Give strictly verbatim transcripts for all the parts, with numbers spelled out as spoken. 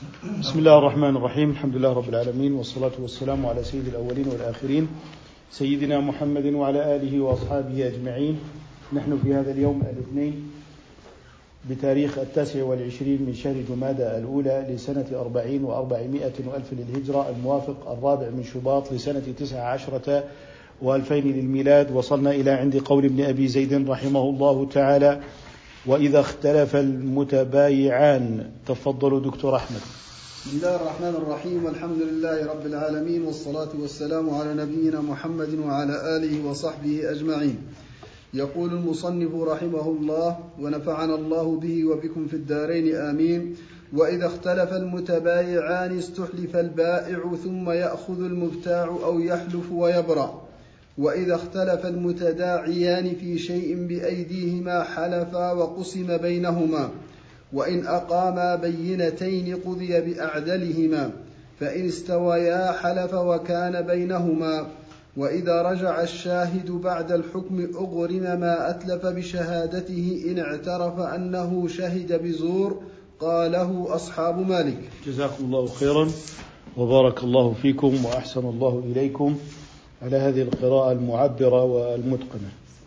بسم الله الرحمن الرحيم. الحمد لله رب العالمين، والصلاة والسلام على سيد الأولين والآخرين سيدنا محمد وعلى آله وأصحابه أجمعين. نحن في هذا اليوم الاثنين بتاريخ التاسع والعشرين من شهر جمادى الأولى لسنة أربعين وأربعمائة وألف للهجرة، الموافق الرابع من شباط لسنة تسع عشرة وألفين للميلاد. وصلنا إلى عند قول ابن أبي زيد رحمه الله تعالى: وإذا اختلف المتبايعان. تفضلوا دكتور أحمد. بسم الله الرحمن الرحيم، والحمد لله رب العالمين، والصلاة والسلام على نبينا محمد وعلى آله وصحبه أجمعين. يقول المصنف رحمه الله: ونفعنا الله به وبكم في الدارين آمين. وإذا اختلف المتبايعان استحلف البائع ثم يأخذ المبتاع أو يحلف ويبرأ. وإذا اختلف المتداعيان في شيء بأيديهما حلفا وقسم بينهما، وإن أقاما بينتين قضي بأعدلهما، فإن استويا حلف وكان بينهما. وإذا رجع الشاهد بعد الحكم أغرم ما أتلف بشهادته إن اعترف أنه شهد بزور، قاله أصحاب مالك. جزاكم الله خيرا وبارك الله فيكم وأحسن الله إليكم على هذه القراءة المعبرة والمتقنة.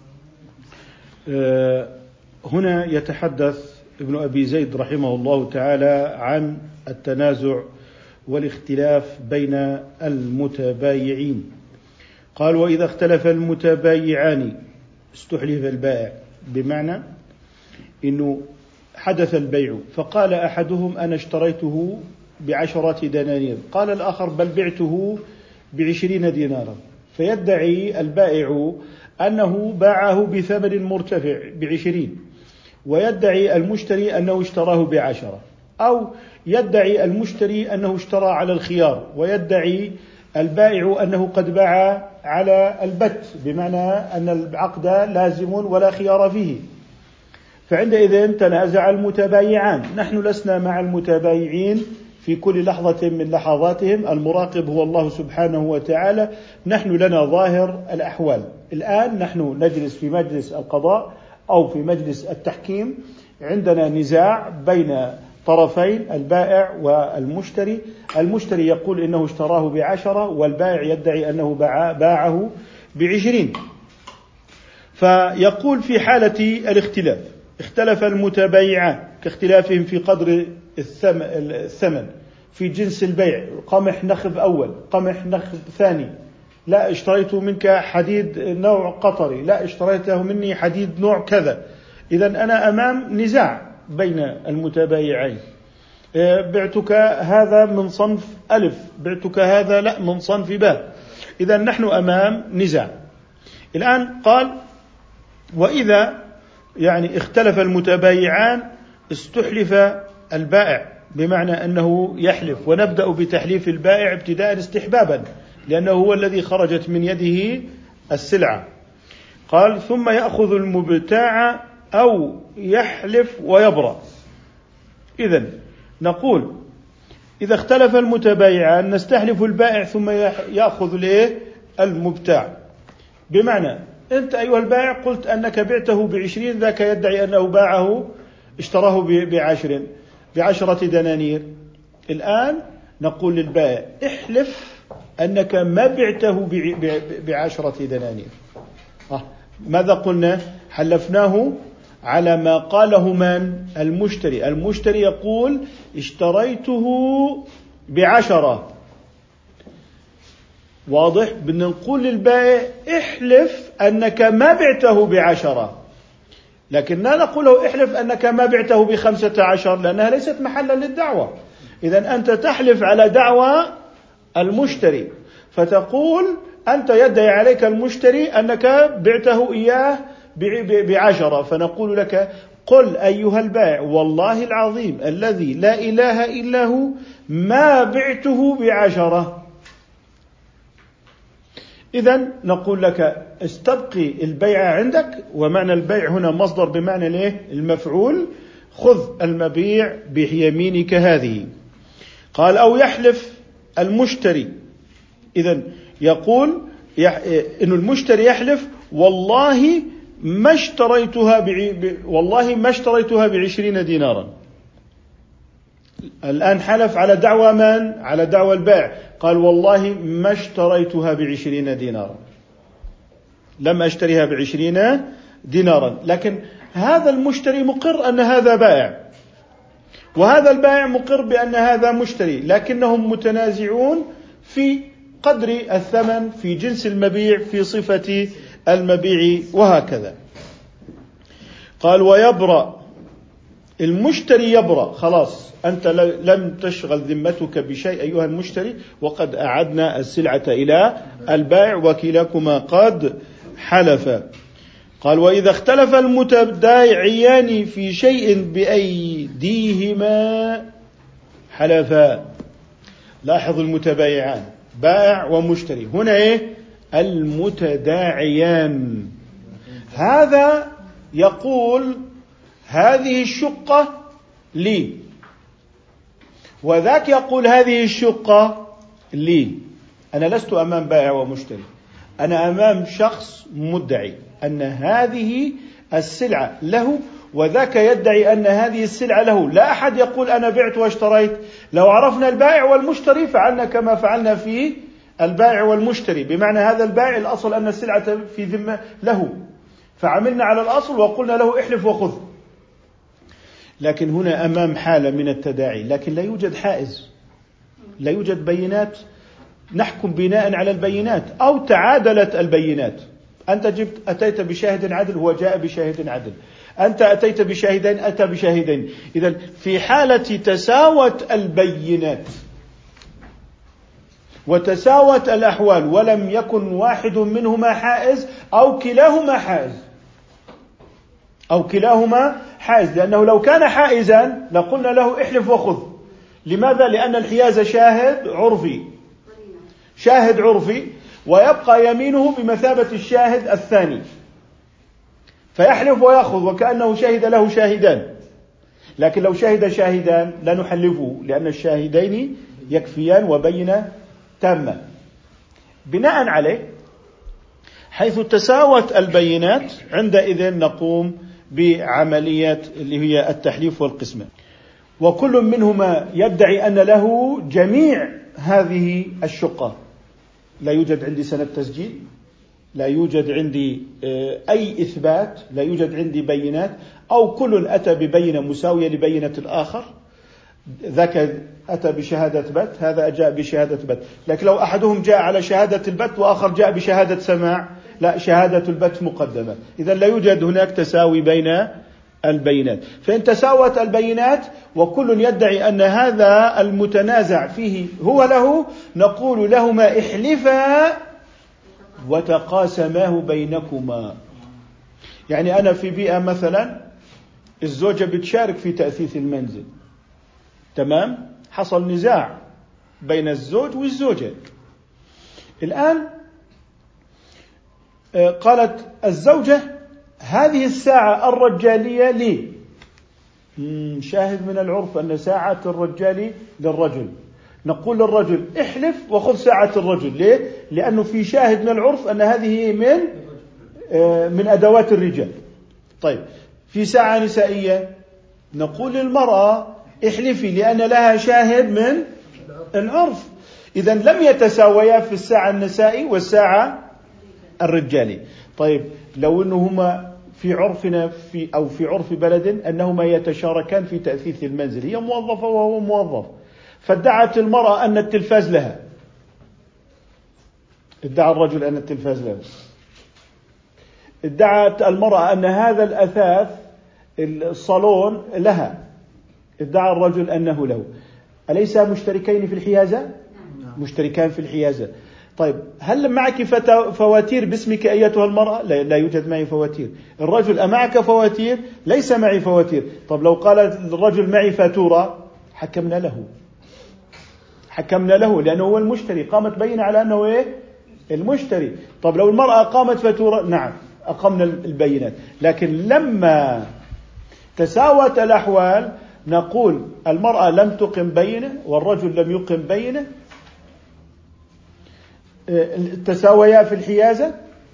هنا يتحدث ابن أبي زيد رحمه الله تعالى عن التنازع والاختلاف بين المتبايعين. قال: وإذا اختلف المتبايعان استحلف البائع، بمعنى إنه حدث البيع فقال أحدهم: أنا اشتريته بعشرة دنانير، قال الآخر: بل بعته بعشرين دينارا، فيدعي البائع أنه باعه بثمن مرتفع بعشرين، ويدعي المشتري أنه اشتراه بعشرة، أو يدعي المشتري أنه اشترى على الخيار، ويدعي البائع أنه قد باع على البت، بمعنى أن العقد لازم ولا خيار فيه. فعندئذ تنازع المتبايعان. نحن لسنا مع المتبايعين في كل لحظة من لحظاتهم، المراقب هو الله سبحانه وتعالى، نحن لنا ظاهر الأحوال. الآن نحن نجلس في مجلس القضاء أو في مجلس التحكيم، عندنا نزاع بين طرفين، البائع والمشتري. المشتري يقول إنه اشتراه بعشرة، والبائع يدعي أنه باعه بعشرين. فيقول: في حالة الاختلاف اختلف المتبايعان كاختلافهم في قدر الثمن، في جنس البيع، قمح نخب أول، قمح نخب ثاني، لا اشتريت منك حديد نوع قطري، لا اشتريته مني حديد نوع كذا. إذن أنا أمام نزاع بين المتبايعين، بعتك هذا من صنف ألف، بعتك هذا لا من صنف باء. إذن نحن أمام نزاع. الآن قال: وإذا يعني اختلف المتبايعان استحلف البائع، بمعنى أنه يحلف، ونبدأ بتحليف البائع ابتداء استحبابا، لأنه هو الذي خرجت من يده السلعة. قال: ثم يأخذ المبتاع أو يحلف ويبرأ. إذن نقول: إذا اختلف المتبايعان نستحلف البائع ثم يأخذ له المبتاع، بمعنى أنت أيها البائع قلت أنك بعته بعشرين، ذاك يدعي أنه باعه اشتراه بعشر بعشرة دنانير. الآن نقول للبائع: احلف أنك ما بعته بعشرة دنانير. آه. ماذا قلنا؟ حلفناه على ما قاله من؟ المشتري. المشتري يقول: اشتريته بعشرة. واضح؟ بدنا نقول للبائع: احلف أنك ما بعته بعشرة، لكن لا نقول له احلف أنك ما بعته بخمسة عشر، لأنها ليست محلا للدعوة. إذن أنت تحلف على دعوى المشتري، فتقول أنت يدعي عليك المشتري أنك بعته إياه بعشرة، فنقول لك: قل أيها البائع والله العظيم الذي لا إله إلا هو ما بعته بعشرة. إذن نقول لك: استبقي البيع عندك، ومعنى البيع هنا مصدر بمعنى ليه؟ المفعول. خذ المبيع بيمينك هذه. قال: أو يحلف المشتري. إذن يقول يح... إن المشتري يحلف: والله ما اشتريتها ب... ب... والله ما اشتريتها بعشرين دينارا. الآن حلف على دعوى من؟ على دعوى البائع، قال والله ما اشتريتها بعشرين دينارا، لم أشتريها بعشرين دينارا، لكن هذا المشتري مقر أن هذا بائع، وهذا البائع مقر بأن هذا مشتري، لكنهم متنازعون في قدر الثمن، في جنس المبيع، في صفة المبيع، وهكذا. قال ويبرأ المشتري، يبرأ خلاص، أنت لم تشغل ذمتك بشيء أيها المشتري، وقد أعدنا السلعة إلى البائع وكلاكما قد حلف. قال وإذا اختلف المتبايعيان في شيء بأيديهما حلفا. لاحظوا المتبايعان بائع ومشتري، هنا إيه؟ المتداعيان. هذا يقول هذه الشقة لي، وذاك يقول هذه الشقة لي. أنا لست أمام بائع ومشتري، أنا أمام شخص مدعي أن هذه السلعة له، وذاك يدعي أن هذه السلعة له. لا أحد يقول أنا بعت واشتريت. لو عرفنا البائع والمشتري فعلنا كما فعلنا في البائع والمشتري، بمعنى هذا البائع الأصل أن السلعة في ذمة له، فعملنا على الأصل وقلنا له احلف وخذ. لكن هنا أمام حالة من التداعي، لكن لا يوجد حائز، لا يوجد بينات، نحكم بناء على البينات أو تعادلت البينات. أنت جبت أتيت بشاهد عدل، هو جاء بشاهد عدل، أنت أتيت بشاهدين، أتى بشاهدين. إذن في حالة تساوت البينات وتساوت الأحوال ولم يكن واحد منهما حائز أو كلاهما حائز أو كلاهما حائز لأنه لو كان حائزا لقلنا له احلف وخذ. لماذا؟ لأن الحياز شاهد عرفي، شاهد عرفي، ويبقى يمينه بمثابة الشاهد الثاني، فيحلف ويأخذ وكأنه شهد له شاهدان. لكن لو شهد شاهدان لا نحلفه، لأن الشاهدين يكفيان وبينة تامة. بناء عليه حيث تساوت البينات عندئذ نقوم بعملية اللي هي التحليف والقسمة، وكل منهما يدعي أن له جميع هذه الشقة. لا يوجد عندي سند تسجيل، لا يوجد عندي أي إثبات، لا يوجد عندي بينات، أو كل أتى ببينة مساوية لبينة الآخر، ذاك أتى بشهادة بت، هذا جاء بشهادة بت. لكن لو أحدهم جاء على شهادة البت وآخر جاء بشهادة سماع، لا، شهادة البت مقدمة. إذا لا يوجد هناك تساوي بين البينات. فإن تساوت البينات وكل يدعي أن هذا المتنازع فيه هو له، نقول لهما احلفا وتقاسماه بينكما. يعني أنا في بيئة مثلا الزوجة بتشارك في تأثيث المنزل، تمام، حصل نزاع بين الزوج والزوجة. الآن قالت الزوجة هذه الساعة الرجالية لي، شاهد من العرف أن ساعة الرجال للرجل، نقول للرجل احلف وخذ ساعة الرجل. ليه؟ لأنه في شاهد من العرف أن هذه من من أدوات الرجال. طيب في ساعة نسائية نقول للمرأة احلفي لأن لها شاهد من العرف. إذا لم يتساويا في الساعة النسائي والساعة الرجالي. طيب لو أنهما في عرفنا في أو في عرف بلد أنهما يتشاركان في تأثيث المنزل، هي موظفة وهو موظف، فادعت المرأة أن التلفاز لها، ادعى الرجل أن التلفاز له، ادعت المرأة أن هذا الأثاث الصالون لها، ادعى الرجل أنه له. أليس مشتركين في الحيازة؟ مشتركان في الحيازة. طيب هل معك فواتير باسمك أيتها المرأة؟ لا, لا يوجد معي فواتير. الرجل أمعك فواتير؟ ليس معي فواتير. طب لو قال الرجل معي فاتورة، حكمنا له، حكمنا له لأنه هو المشتري، قامت بينة على أنه إيه؟ المشتري. طب لو المرأة قامت فاتورة، نعم أقمنا البينات. لكن لما تساوت الأحوال نقول المرأة لم تقم بينة والرجل لم يقم بينة، تساويا في الحيازة،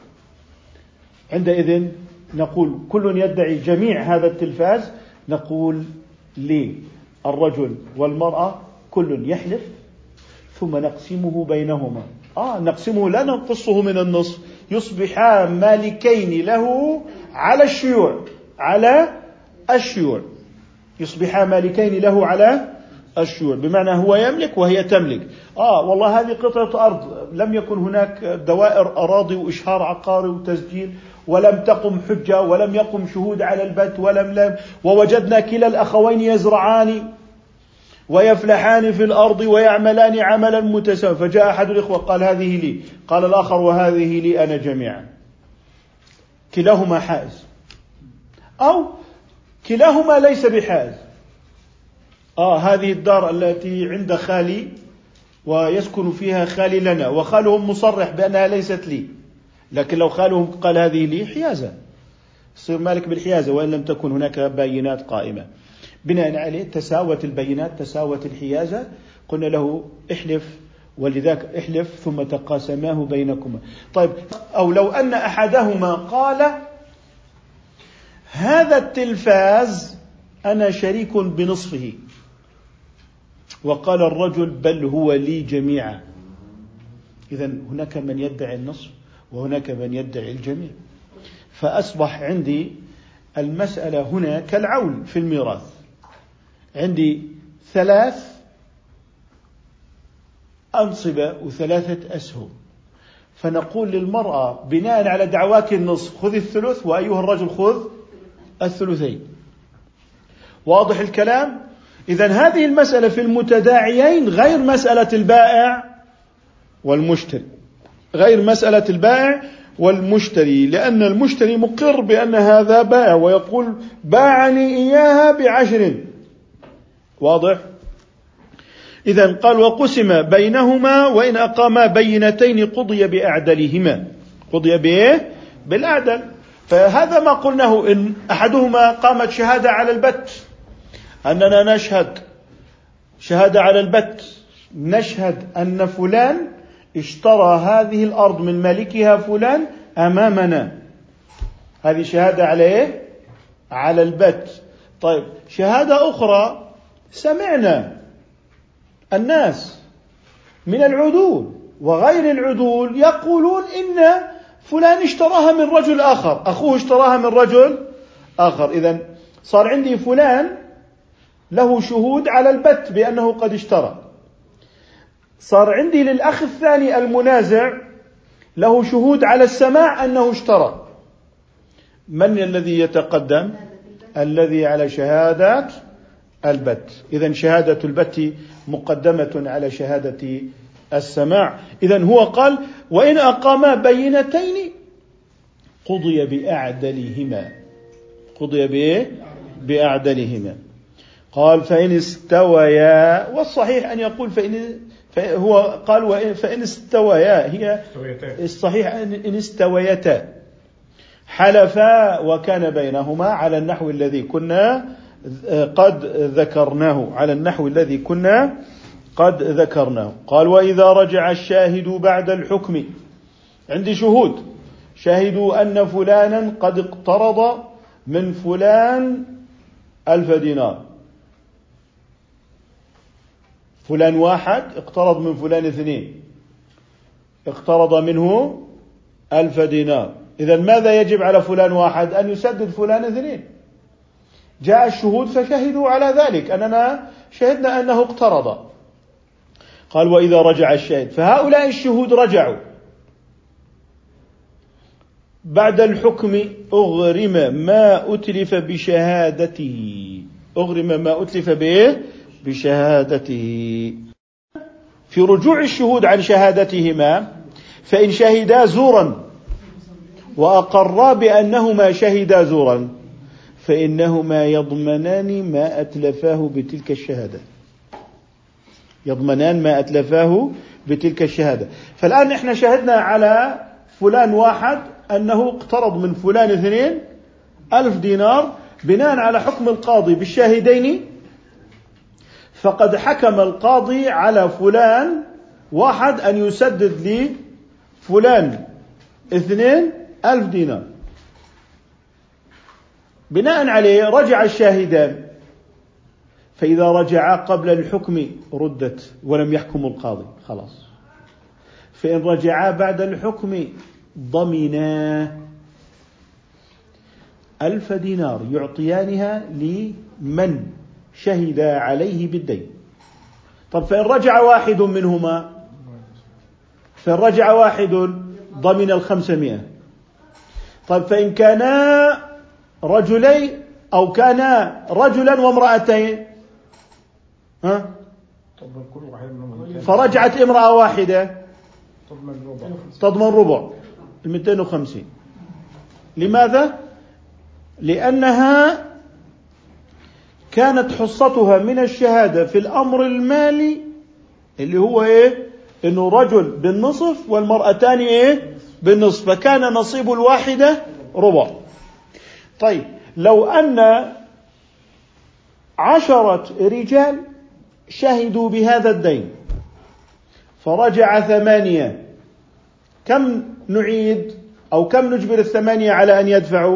عندئذ نقول كل يدعي جميع هذا التلفاز، نقول لي الرجل والمرأة كل يحلف ثم نقسمه بينهما. آه نقسمه لا ننقصه من النصف، يصبحا مالكين له على الشيوع، على الشيوع يصبحا مالكين له على الشيوع، بمعنى هو يملك وهي تملك. آه والله هذه قطعة أرض، لم يكن هناك دوائر أراضي وإشهار عقاري وتسجيل، ولم تقم حجة، ولم يقم شهود على البت، ولم لم ووجدنا كلا الأخوين يزرعان ويفلحان في الأرض ويعملان عملا متساويا، فجاء أحد الإخوة قال هذه لي، قال الآخر وهذه لي أنا جميعا، كلاهما حائز، أو كلاهما ليس بحائز. آه هذه الدار التي عند خالي ويسكن فيها خالي لنا، وخالهم مصرح بأنها ليست لي، لكن لو خالهم قال هذه لي حيازة، يصير مالك بالحيازة وإن لم تكن هناك بينات قائمة. بناء عليه تساوت البينات، تساوت الحيازة، قلنا له احلف، ولذلك احلف ثم تقاسماه بينكما. طيب، أو لو أن أحدهما قال هذا التلفاز أنا شريك بنصفه، وقال الرجل بل هو لي جميعا، إذن هناك من يدعي النصف وهناك من يدعي الجميع، فأصبح عندي المسألة هنا كالعول في الميراث، عندي ثلاث أنصبة وثلاثة أسهم، فنقول للمرأة بناء على دعواك النصف خذ الثلث، وأيها الرجل خذ الثلثين. واضح الكلام؟ إذن هذه المسألة في المتداعيين غير مسألة البائع والمشتري، غير مسألة البائع والمشتري، لأن المشتري مقر بأن هذا بائع ويقول باعني إياها بعشر. واضح؟ إذن قال وقسم بينهما وإن أقاما بينتين قضي بأعدلهما، قضي بإيه؟ بالأعدل. فهذا ما قلناه، إن أحدهما قامت شهادة على البت، أننا نشهد شهادة على البت، نشهد أن فلان اشترى هذه الأرض من مالكها فلان أمامنا، هذه شهادة على إيه؟ على البت. طيب شهادة أخرى، سمعنا الناس من العدول وغير العدول يقولون إن فلان اشتراها من رجل آخر، أخوه اشتراها من رجل آخر، إذن صار عندي فلان له شهود على البت بأنه قد اشترى، صار عندي للأخ الثاني المنازع له شهود على السماع أنه اشترى. من الذي يتقدم؟ الذي على شهادات البت. إذن شهادة البت مقدمة على شهادة السماع. إذن هو قال وإن أقاما بينتين قضي بأعدلهما، قضي بإيه؟ بأعدلهما. قال فإن استويا، والصحيح أن يقول فإن هو قال فإن استويا، هي الصحيح إن استويتا حلفا وكان بينهما على النحو الذي كنا قد ذكرناه، على النحو الذي كنا قد ذكرناه. قال وإذا رجع الشاهد بعد الحكم، عندي شهود شهدوا أن فلانا قد اقترض من فلان ألف دينار، فلان واحد اقترض من فلان اثنين، اقترض منه ألف دينار، إذن ماذا يجب على فلان واحد؟ أن يسدد فلان اثنين. جاء الشهود فشهدوا على ذلك، أننا شهدنا أنه اقترض. قال وإذا رجع الشاهد، فهؤلاء الشهود رجعوا بعد الحكم أغرم ما أتلف بشهادته، أغرم ما أتلف به بشهادته. في رجوع الشهود عن شهادتهما، فإن شهدا زورا وأقرا بأنهما شهدا زورا فإنهما يضمنان ما أتلفاه بتلك الشهادة، يضمنان ما أتلفاه بتلك الشهادة. فالآن إحنا شهدنا على فلان واحد أنه اقترض من فلان اثنين ألف دينار بناء على حكم القاضي بالشاهدين، فقد حكم القاضي على فلان واحد أن يسدد لي فلان اثنين ألف دينار. بناء عليه رجع الشاهدان، فإذا رجعا قبل الحكم ردت ولم يحكم القاضي خلاص. فإن رجعا بعد الحكم ضمنا ألف دينار يعطيانها لمن شهد عليه بالدين. طب فإن رجع واحد منهما فإن رجع واحد ضمن الخمسمائة. طيب فإن كانا رجلين أو كانا رجلا وامرأتين ها فرجعت امرأة واحدة تضمن ربع المئتين وخمسين. لماذا؟ لأنها كانت حصتها من الشهادة في الأمر المالي اللي هو إيه؟ إنه رجل بالنصف والمرأتان إيه؟ بالنصف، فكان نصيب الواحدة ربع. طيب لو أن عشرة رجال شهدوا بهذا الدين فرجع ثمانية، كم نعيد أو كم نجبر الثمانية على أن يدفعوا؟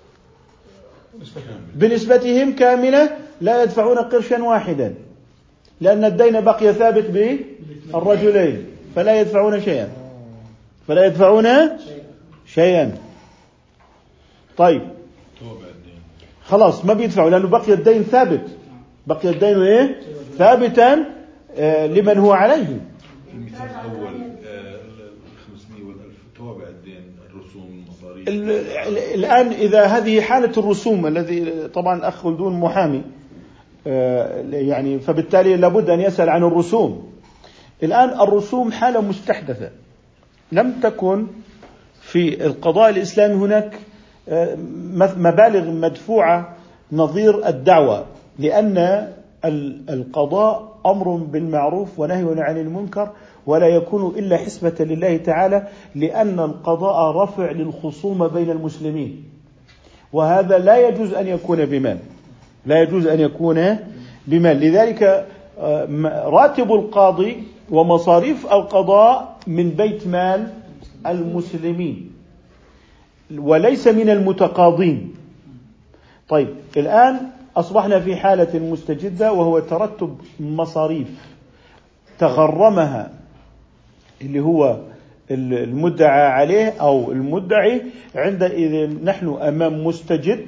بنسبتهم كاملة لا يدفعون قرشا واحدا، لأن الدين بقي ثابت بالرجلين فلا يدفعون شيئا فلا يدفعون شيئا. طيب خلاص ما بيدفعوا لأنه بقي الدين ثابت، بقي الدين إيه؟ ثابتا آه لمن هو عليه. المثال الأول الخمسمائة والألف توابع الدين الرسوم المصاريف. الآن إذا هذه حالة الرسوم الذي طبعا الأخ خلدون محامي آه يعني فبالتالي لابد أن يسأل عن الرسوم. الآن الرسوم حالة مستحدثة لم تكن في القضاء الإسلامي. هناك مبالغ مدفوعة نظير الدعوة، لأن القضاء أمر بالمعروف ونهي عن المنكر ولا يكون إلا حسبة لله تعالى، لأن القضاء رفع للخصومة بين المسلمين، وهذا لا يجوز أن يكون بمال، لا يجوز أن يكون بمال. لذلك راتب القاضي ومصاريف القضاء من بيت مال المسلمين وليس من المتقاضين. طيب الآن أصبحنا في حالة مستجدة وهو ترتب مصاريف تغرمها اللي هو المدعى عليه أو المدعي. عندئذ نحن أمام مستجد،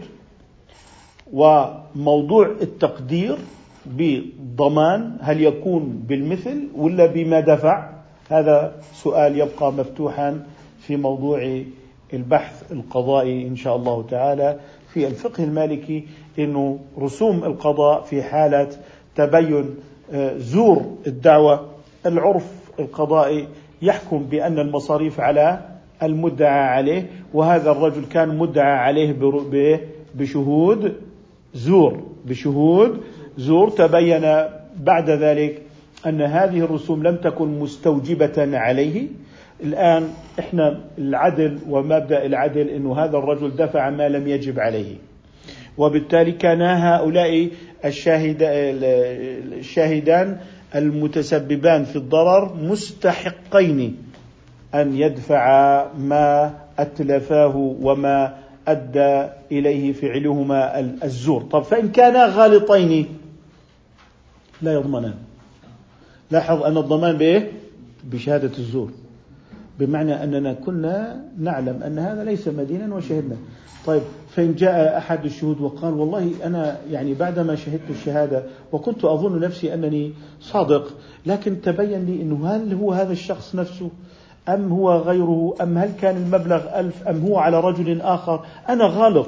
وموضوع التقدير بضمان هل يكون بالمثل ولا بما دفع، هذا سؤال يبقى مفتوحا في موضوع البحث القضائي إن شاء الله تعالى في الفقه المالكي، إنه رسوم القضاء في حالة تبين زور الدعوة العرف القضائي يحكم بأن المصاريف على المدعى عليه، وهذا الرجل كان مدعى عليه بشهود زور بشهود زور تبين بعد ذلك أن هذه الرسوم لم تكن مستوجبة عليه. الآن إحنا العدل ومبدأ العدل إنه هذا الرجل دفع ما لم يجب عليه، وبالتالي كان هؤلاء الشاهد الشاهدان المتسببان في الضرر مستحقين أن يدفع ما أتلفاه وما أدى إليه فعلهما الزور. طب فإن كانا غالطين لا يضمنان. لاحظ أن الضمان بإيه؟ بشهادة الزور، بمعنى أننا كنا نعلم أن هذا ليس مدينا وشهدنا. طيب فإن جاء أحد الشهود وقال والله أنا يعني بعدما شهدت الشهادة وكنت أظن نفسي أنني صادق، لكن تبين لي أنه هل هو هذا الشخص نفسه أم هو غيره، أم هل كان المبلغ ألف أم هو على رجل آخر، أنا غالط،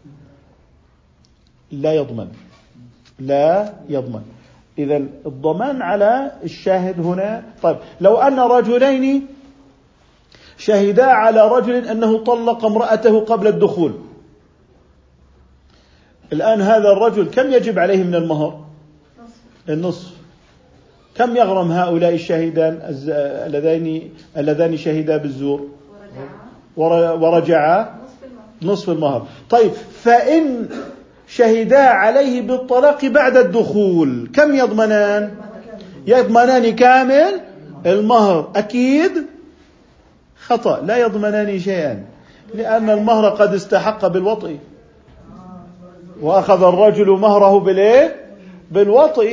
لا يضمن لا يضمن. إذا الضمان على الشاهد هنا. طيب لو أن رجلين شهدا على رجل أنه طلق امرأته قبل الدخول، الآن هذا الرجل كم يجب عليه من المهر؟ النصف. كم يغرم هؤلاء الشاهدان اللذين اللذان شهدا بالزور ورجعا؟ نصف المهر. طيب فإن شهدا عليه بالطلاق بعد الدخول كم يضمنان؟ يضمنان كامل المهر. أكيد خطأ، لا يضمنان شيئا، لأن المهر قد استحق بالوطء، وأخذ الرجل مهره بالإيه؟ بالوطئ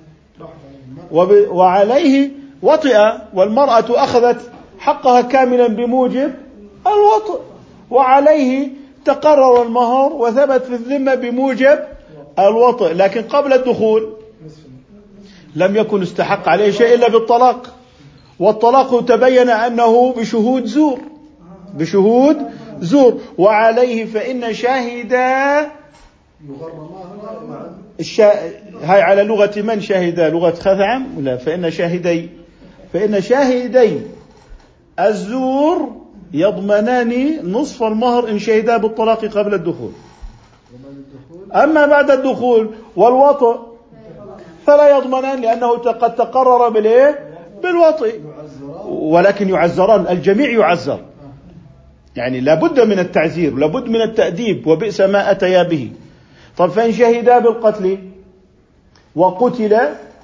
وعليه وطئ، والمرأة أخذت حقها كاملا بموجب الوطئ، وعليه تقرر المهر وثبت في الذمة بموجب الوطئ. لكن قبل الدخول لم يكن استحق عليه شيء إلا بالطلاق، والطلاق تبين أنه بشهود زور بشهود زور وعليه فإن شاهدا الشا... هاي على لغة من شاهدا؟ لغة خثعم؟ لا، فإن شاهدي فإن شاهدي الزور يضمنان نصف المهر إن شهدا بالطلاق قبل الدخول. أما بعد الدخول والوطئ فلا يضمنان، لأنه قد تقرر بالإيه؟ بالوطئ، ولكن يعزران، الجميع يعزر، يعني لابد من التعزير، لابد من التأديب، وبئس ما أتيا به. طب فإن شهدا بالقتل وقتل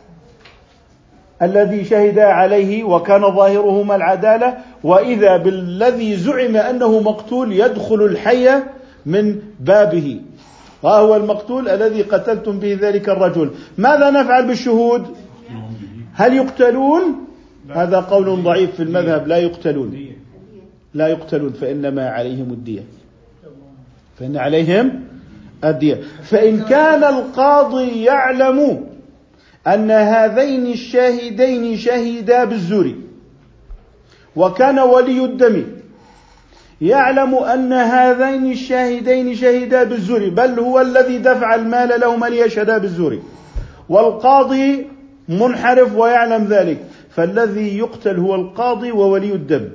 الذي شهدا عليه وكان ظاهرهما العدالة، وإذا بالذي زعم أنه مقتول يدخل الحي من بابه، وهو المقتول الذي قتلتم به ذلك الرجل، ماذا نفعل بالشهود؟ هل يقتلون؟ هذا قول ضعيف في المذهب، لا يقتلون لا يقتلون فإنما عليهم الدية فإن عليهم الدية. فإن كان القاضي يعلم أن هذين الشاهدين شهدا بالزور، وكان ولي الدم يعلم أن هذين الشاهدين شهدا بالزور، بل هو الذي دفع المال لهما ليشهدا بالزور، والقاضي منحرف ويعلم ذلك، فالذي يقتل هو القاضي وولي الدم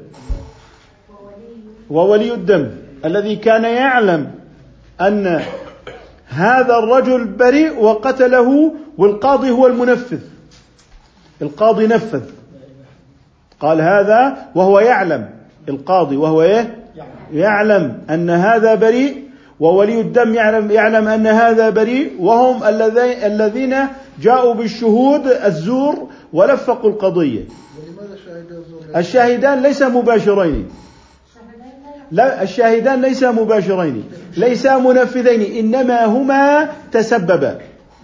وولي الدم الذي كان يعلم أن هذا الرجل بريء وقتله، والقاضي هو المنفذ، القاضي نفذ، قال هذا وهو يعلم، القاضي وهو إيه؟ يعلم أن هذا بريء، وولي الدم يعلم, يعلم أن هذا بريء، وهم الذين جاءوا بالشهود الزور ولفقوا القضية. الشاهدان ليس مباشرين، لا، الشاهدان ليس مباشرين، ليس منفذين، إنما هما تسببا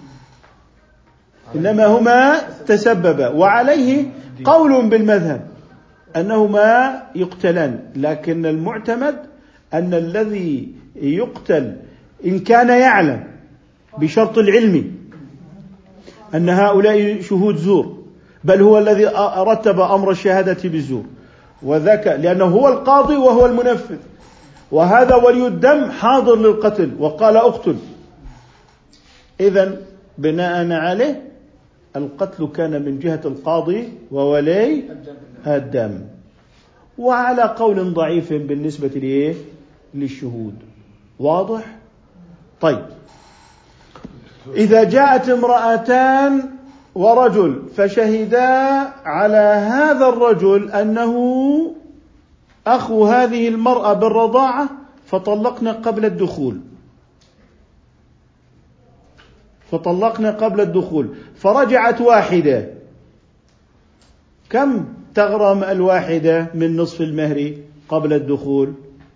إنما هما تسببا وعليه قول بالمذهب أنهما يقتلان، لكن المعتمد أن الذي يقتل إن كان يعلم بشرط العلم أن هؤلاء شهود زور، بل هو الذي رتب أمر الشهادة بالزور، وذاك لأنه هو القاضي وهو المنفذ، وهذا ولي الدم حاضر للقتل وقال اقتل، إذن بناء عليه القتل كان من جهة القاضي وولي الدم، وعلى قول ضعيف بالنسبة ليه؟ للشهود. واضح؟ طيب، إذا جاءت امرأتان ورجل فشهدا على هذا الرجل أنه أخو هذه المرأة بالرضاعة فطلقنا قبل الدخول فطلقنا قبل الدخول فرجعت واحدة، كم تغرم الواحدة من نصف المهر قبل الدخول؟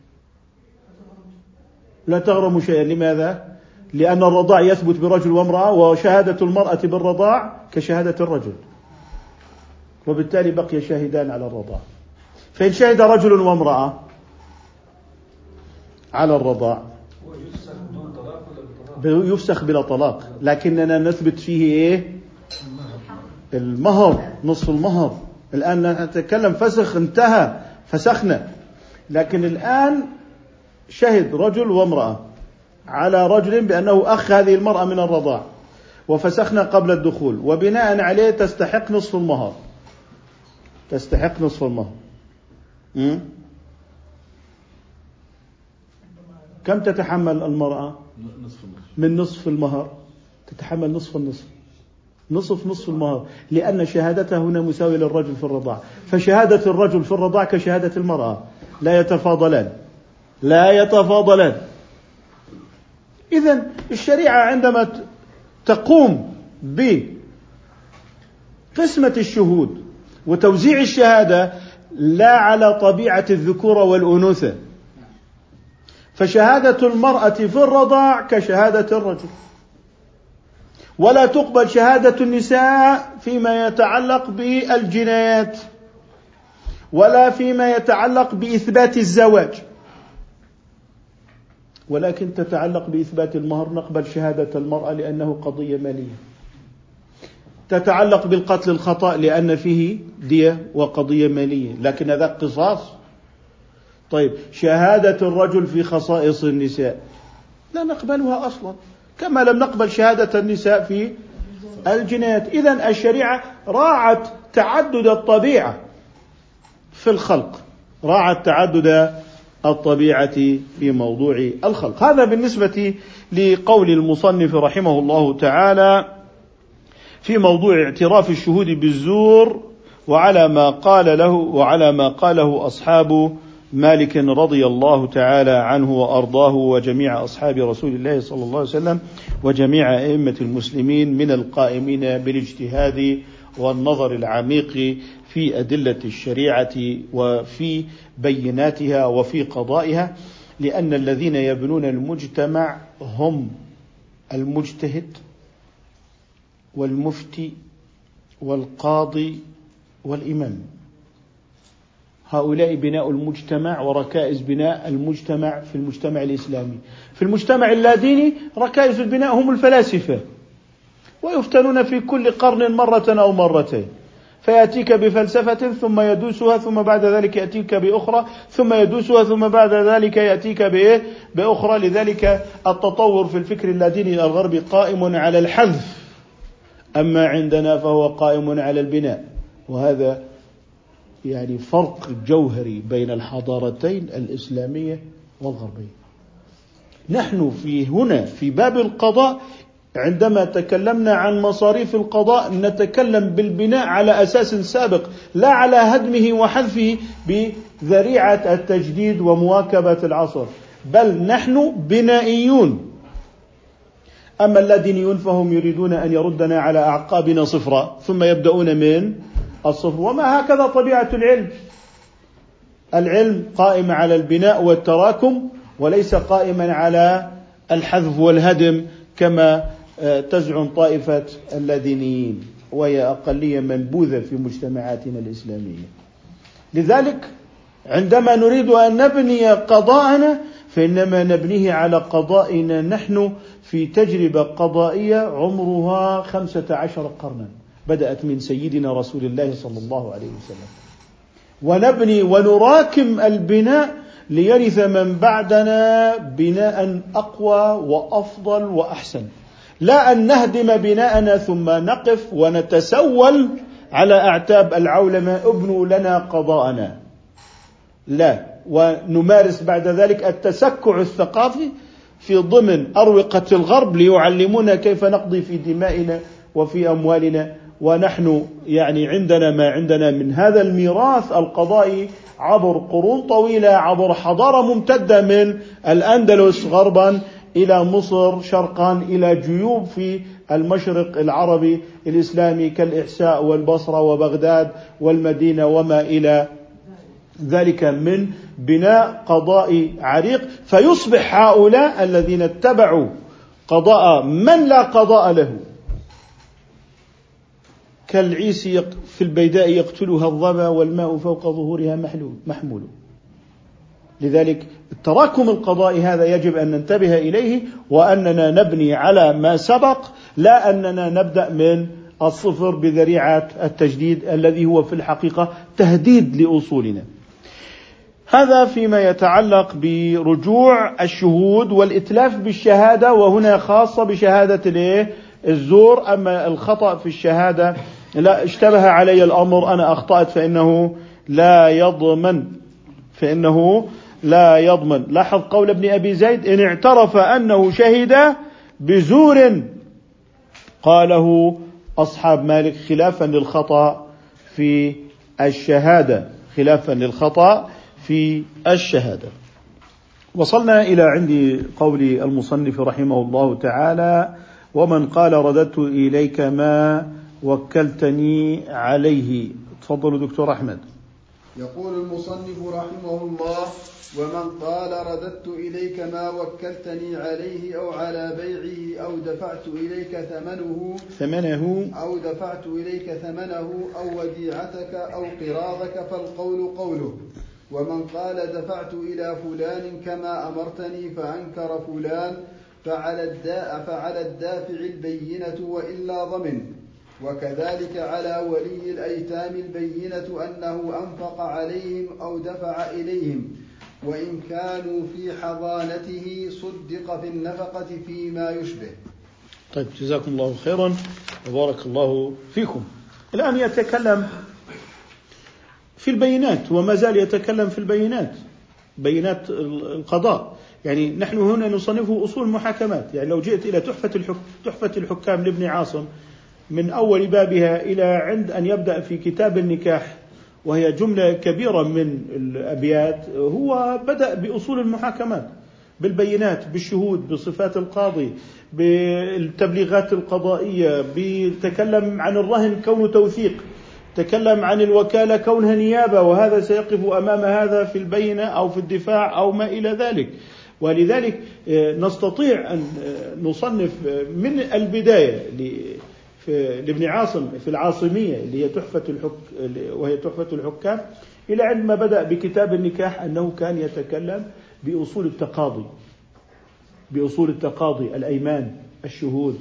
لا تغرم شيئا. لماذا؟ لأن الرضاع يثبت برجل وامرأة، وشهادة المرأة بالرضاع كشهادة الرجل، وبالتالي بقي شاهدان على الرضاع. فإن شهد رجل وامرأة على الرضاع يفسخ بلا طلاق، لكننا نثبت فيه إيه؟ المهر، نصف المهر. الآن نتكلم فسخ، انتهى، فسخنا، لكن الآن شهد رجل وامرأة على رجل بأنه أخ هذه المرأة من الرضاع، وفسخنا قبل الدخول، وبناء عليه تستحق نصف المهر تستحق نصف المهر م? كم تتحمل المرأة من نصف المهر؟ تتحمل نصف النصف نصف نصف المهر، لأن شهادتها هنا مساوية للرجل في الرضاع، فشهادة الرجل في الرضاع كشهادة المرأة، لا يتفاضلان لا يتفاضلان. إذن الشريعة عندما تقوم بقسمة الشهود وتوزيع الشهادة لا على طبيعة الذكورة والأنوثة، فشهادة المرأة في الرضاع كشهادة الرجل، ولا تقبل شهادة النساء فيما يتعلق بالجنايات ولا فيما يتعلق بإثبات الزواج، ولكن تتعلق بإثبات المهر نقبل شهادة المرأة لأنه قضية مالية. تتعلق بالقتل الخطأ لأن فيه دية وقضية مالية، لكن هذا قصاص. طيب شهادة الرجل في خصائص النساء لا نقبلها أصلا، كما لم نقبل شهادة النساء في الجنايات. إذن الشريعة راعت تعدد الطبيعة في الخلق، راعت تعدد الطبيعة في موضوع الخلق. هذا بالنسبة لقول المصنف رحمه الله تعالى في موضوع اعتراف الشهود بالزور وعلى ما قال له وعلى ما قاله أصحاب مالك رضي الله تعالى عنه وأرضاه وجميع أصحاب رسول الله صلى الله عليه وسلم وجميع أئمة المسلمين من القائمين بالاجتهاد والنظر العميق في أدلة الشريعة وفي بيناتها وفي قضائها، لأن الذين يبنون المجتمع هم المجتهد والمفتي والقاضي والإمام. هؤلاء بناء المجتمع وركائز بناء المجتمع في المجتمع الإسلامي. في المجتمع اللاديني ركائز البناء هم الفلاسفة، ويفتنون في كل قرن مرة أو مرتين، فيأتيك بفلسفة ثم يدوسها ثم بعد ذلك يأتيك بأخرى ثم يدوسها ثم بعد ذلك يأتيك بإيه بأخرى. لذلك التطور في الفكر اللاديني الغربي قائم على الحذف، أما عندنا فهو قائم على البناء. وهذا يعني فرق جوهري بين الحضارتين الإسلامية والغربية. نحن في هنا في باب القضاء عندما تكلمنا عن مصاريف القضاء نتكلم بالبناء على أساس سابق، لا على هدمه وحذفه بذريعة التجديد ومواكبة العصر، بل نحن بنائيون. أما اللادينيون فهم يريدون أن يردنا على أعقابنا صفرا ثم يبدأون من الصفر. وما هكذا طبيعة العلم. العلم قائم على البناء والتراكم وليس قائما على الحذف والهدم كما تزعم طائفة اللادينيين، وهي أقلية منبوذة في مجتمعاتنا الإسلامية. لذلك عندما نريد أن نبني قضاءنا فإنما نبنيه على قضائنا نحن في تجربة قضائية عمرها خمسة عشر قرنا، بدأت من سيدنا رسول الله صلى الله عليه وسلم، ونبني ونراكم البناء ليرث من بعدنا بناء أقوى وأفضل وأحسن، لا أن نهدم بناءنا ثم نقف ونتسول على أعتاب العولمة ابنوا لنا قضاءنا، لا، ونمارس بعد ذلك التسكع الثقافي في ضمن أروقة الغرب ليعلمونا كيف نقضي في دمائنا وفي أموالنا، ونحن يعني عندنا ما عندنا من هذا الميراث القضائي عبر قرون طويلة، عبر حضارة ممتدة من الأندلس غربا إلى مصر شرقا إلى جيوب في المشرق العربي الإسلامي كالإحساء والبصرة وبغداد والمدينة وما إلى ذلك من بناء قضائي عريق، فيصبح هؤلاء الذين اتبعوا قضاء من لا قضاء له كالعيس في البيداء يقتلها الظما والماء فوق ظهورها محمول. لذلك التراكم القضائي هذا يجب أن ننتبه إليه، وأننا نبني على ما سبق، لا أننا نبدأ من الصفر بذريعة التجديد الذي هو في الحقيقة تهديد لأصولنا. هذا فيما يتعلق برجوع الشهود والإتلاف بالشهادة، وهنا خاصة بشهادة الزور. أما الخطأ في الشهادة لا اشتبه علي الأمر، أنا أخطأت فإنه لا يضمن فإنه لا يضمن. لاحظ قول ابن أبي زيد إن اعترف أنه شهد بزور، قاله أصحاب مالك خلافا للخطأ في الشهادة خلافا للخطأ في الشهادة. وصلنا إلى عند قول المصنف رحمه الله تعالى ومن قال رددت إليك ما وكلتني عليه. تفضلوا دكتور أحمد. يقول المصنف رحمه الله: ومن قال رددت إليك ما وكلتني عليه أو على بيعه أو دفعت إليك ثمنه ثمنه أو دفعت إليك ثمنه أو وديعتك أو قراضك فالقول قوله. ومن قال دفعت إلى فلان كما أمرتني فأنكر فلان فعلى الدافع, فعلى الدافع البينة وإلا ضمن. وكذلك على ولي الأيتام البينة أنه أنفق عليهم أو دفع إليهم، وإن كانوا في حضانته صدق في النفقة فيما يشبه. طيب، جزاكم الله خيرا وبارك الله فيكم. الآن يتكلم في البينات، وما زال يتكلم في البينات، بينات القضاء. يعني نحن هنا نصنفه أصول محاكمات. يعني لو جئت إلى تحفة الحكم تحفة الحكام لابن عاصم من أول بابها إلى عند أن يبدأ في كتاب النكاح، وهي جملة كبيرة من الأبيات، هو بدأ بأصول المحاكمات، بالبينات، بالشهود، بصفات القاضي، بالتبليغات القضائية، بيتكلم عن الرهن كونه توثيق، تكلم عن الوكالة كونها نيابة، وهذا سيقف أمام هذا في البينة أو في الدفاع أو ما إلى ذلك. ولذلك نستطيع أن نصنف من البداية لابن عاصم في العاصمية اللي هي تحفة الحك وهي تحفة الحكام إلى عندما بدأ بكتاب النكاح أنه كان يتكلم بأصول التقاضي، بأصول التقاضي، الأيمان، الشهود،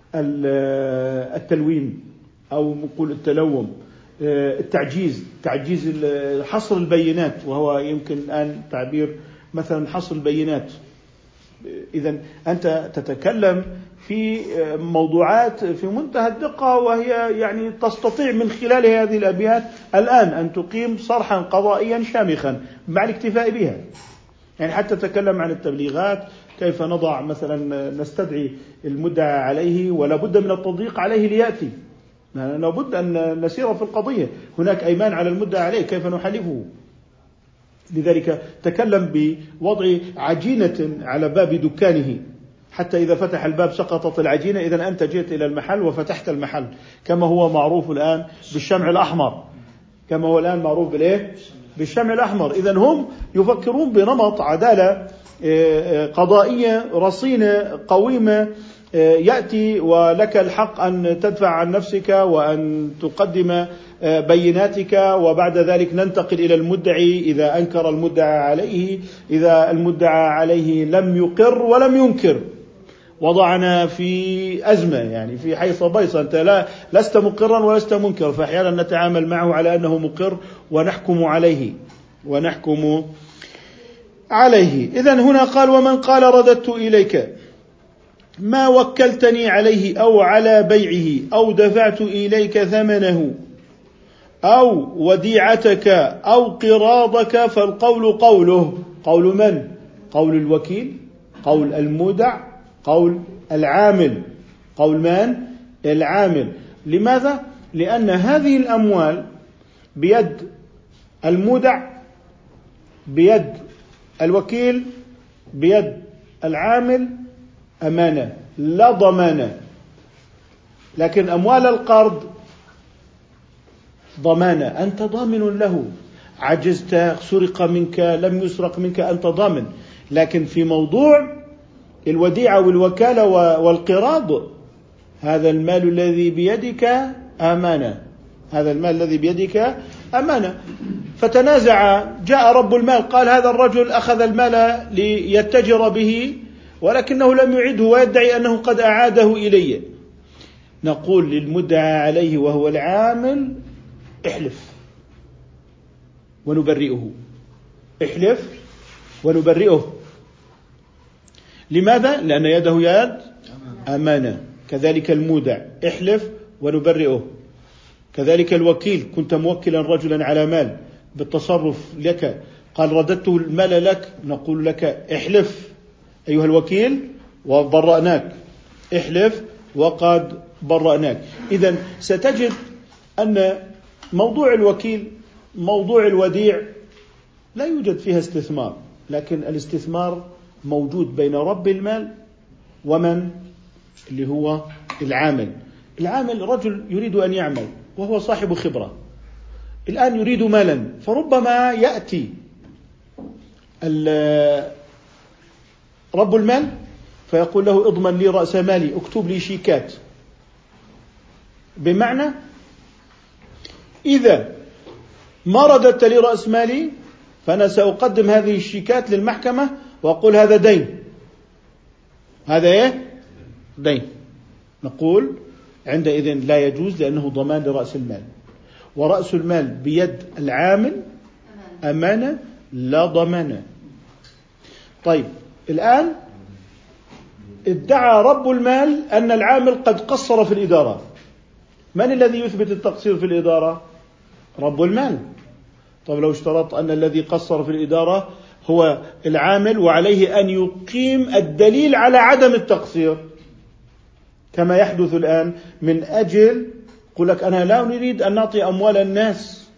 التلوين أو نقول التلوم، التعجيز، تعجيز حصر البينات، وهو يمكن الآن تعبير مثلا حصر البينات. إذن أنت تتكلم في موضوعات في منتهى الدقة، وهي يعني تستطيع من خلال هذه الأبيات الآن أن تقيم صرحا قضائيا شامخا مع الاكتفاء بها. يعني حتى تتكلم عن التبليغات، كيف نضع مثلا نستدعي المدعى عليه ولا بد من التضييق عليه ليأتي، لا بد أن نسير في القضية، هناك أيمان على المدعى عليه كيف نحلفه. لذلك تكلم بوضع عجينة على باب دكانه، حتى إذا فتح الباب سقطت العجينة، إذن أنت جئت إلى المحل وفتحت المحل، كما هو معروف الآن بالشمع الأحمر، كما هو الآن معروف بالإيه؟ بالشمع الأحمر. إذن هم يفكرون بنمط عدالة قضائية رصينة قويمة، يأتي ولك الحق أن تدفع عن نفسك وأن تقدم بيناتك، وبعد ذلك ننتقل إلى المدعي إذا أنكر المدعى عليه، إذا المدعى عليه لم يقر ولم ينكر وضعنا في أزمة، يعني في حيث بيصة، أنت لا لست مقرا ولست منكر، فأحيانا نتعامل معه على أنه مقر ونحكم عليه ونحكم عليه. إذن هنا قال: ومن قال رددت إليك ما وكلتني عليه أو على بيعه أو دفعت إليك ثمنه أو وديعتك أو قراضك فالقول قوله. قول من؟ قول الوكيل، قول المودع، قول العامل. قول من؟ العامل. لماذا؟ لأن هذه الأموال بيد المودع، بيد الوكيل، بيد العامل، أمانة لا ضمانة. لكن أموال القرض ضمانة، أنت ضامن له، عجزت، سرق منك، لم يسرق منك، أنت ضامن. لكن في موضوع الوديعة والوكالة والقراض، هذا المال الذي بيدك أمانة، هذا المال الذي بيدك أمانة. فتنازع، جاء رب المال قال هذا الرجل أخذ المال ليتجر به ولكنه لم يعده ويدعي أنه قد أعاده إلي. نقول للمدعى عليه وهو العامل: احلف ونبرئه، احلف ونبرئه. لماذا؟ لأن يده يد أمانة. كذلك المودع: احلف ونبرئه. كذلك الوكيل: كنت موكلا رجلا على مال بالتصرف لك، قال رددت المال لك، نقول لك: احلف أيها الوكيل وبرأناك، احلف وقد برأناك. إذن ستجد أن موضوع الوكيل، موضوع الوديع لا يوجد فيها استثمار، لكن الاستثمار موجود بين رب المال ومن اللي هو العامل. العامل رجل يريد أن يعمل وهو صاحب خبرة، الآن يريد مالا، فربما يأتي رب المال فيقول له اضمن لي رأس مالي، اكتب لي شيكات، بمعنى إذا ما رددت لي رأس مالي فأنا سأقدم هذه الشيكات للمحكمة وأقول هذا دين، هذا إيه؟ دين. نقول عندئذ لا يجوز، لأنه ضمان لرأس المال، ورأس المال بيد العامل أمانة لا ضمانة. طيب الآن ادعى رب المال أن العامل قد قصر في الإدارة، من الذي يثبت التقصير في الإدارة؟ رب المال. طيب لو اشترط أن الذي قصر في الإدارة هو العامل وعليه أن يقيم الدليل على عدم التقصير، كما يحدث الآن من أجل يقول لك أنا لا نريد أن نعطي أموال الناس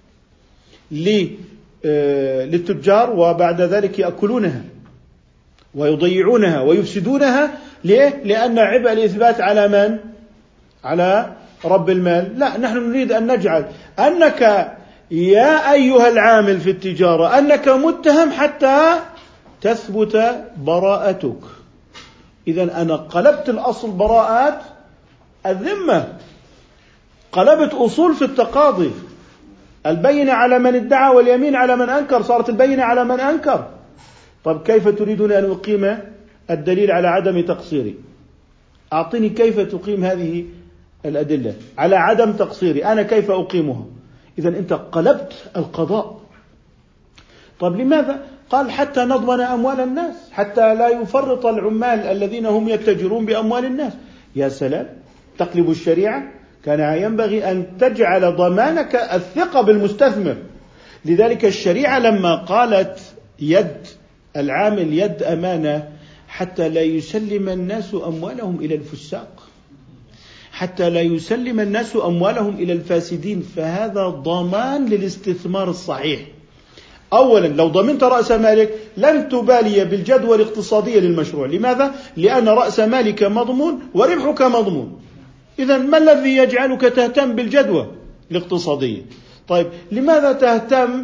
للتجار وبعد ذلك يأكلونها ويضيعونها ويفسدونها. ليه؟ لأن عبء الإثبات على من؟ على رب المال. لا، نحن نريد أن نجعل أنك يا أيها العامل في التجارة أنك متهم حتى تثبت براءتك. إذن أنا قلبت الأصل براءات الذمة، قلبت أصول في التقاضي، البينة على من ادعى واليمين على من أنكر، صارت البينة على من أنكر. طب كيف تريدون أن أقيم الدليل على عدم تقصيري؟ أعطني كيف تقيم هذه الأدلة على عدم تقصيري، أنا كيف أقيمها؟ إذن أنت قلبت القضاء. طب لماذا؟ قال حتى نضمن أموال الناس، حتى لا يفرط العمال الذين هم يتجرون بأموال الناس. يا سلام، تقلب الشريعة. كان ينبغي أن تجعل ضمانك الثقة بالمستثمر. لذلك الشريعة لما قالت يد العامل يد أمانة حتى لا يسلم الناس أموالهم إلى الفساق، حتى لا يسلم الناس أموالهم إلى الفاسدين، فهذا ضمان للاستثمار الصحيح. أولا لو ضمنت رأس مالك لن تبالي بالجدوى الاقتصادية للمشروع. لماذا؟ لأن رأس مالك مضمون وربحك مضمون. إذن ما الذي يجعلك تهتم بالجدوى الاقتصادية؟ طيب لماذا تهتم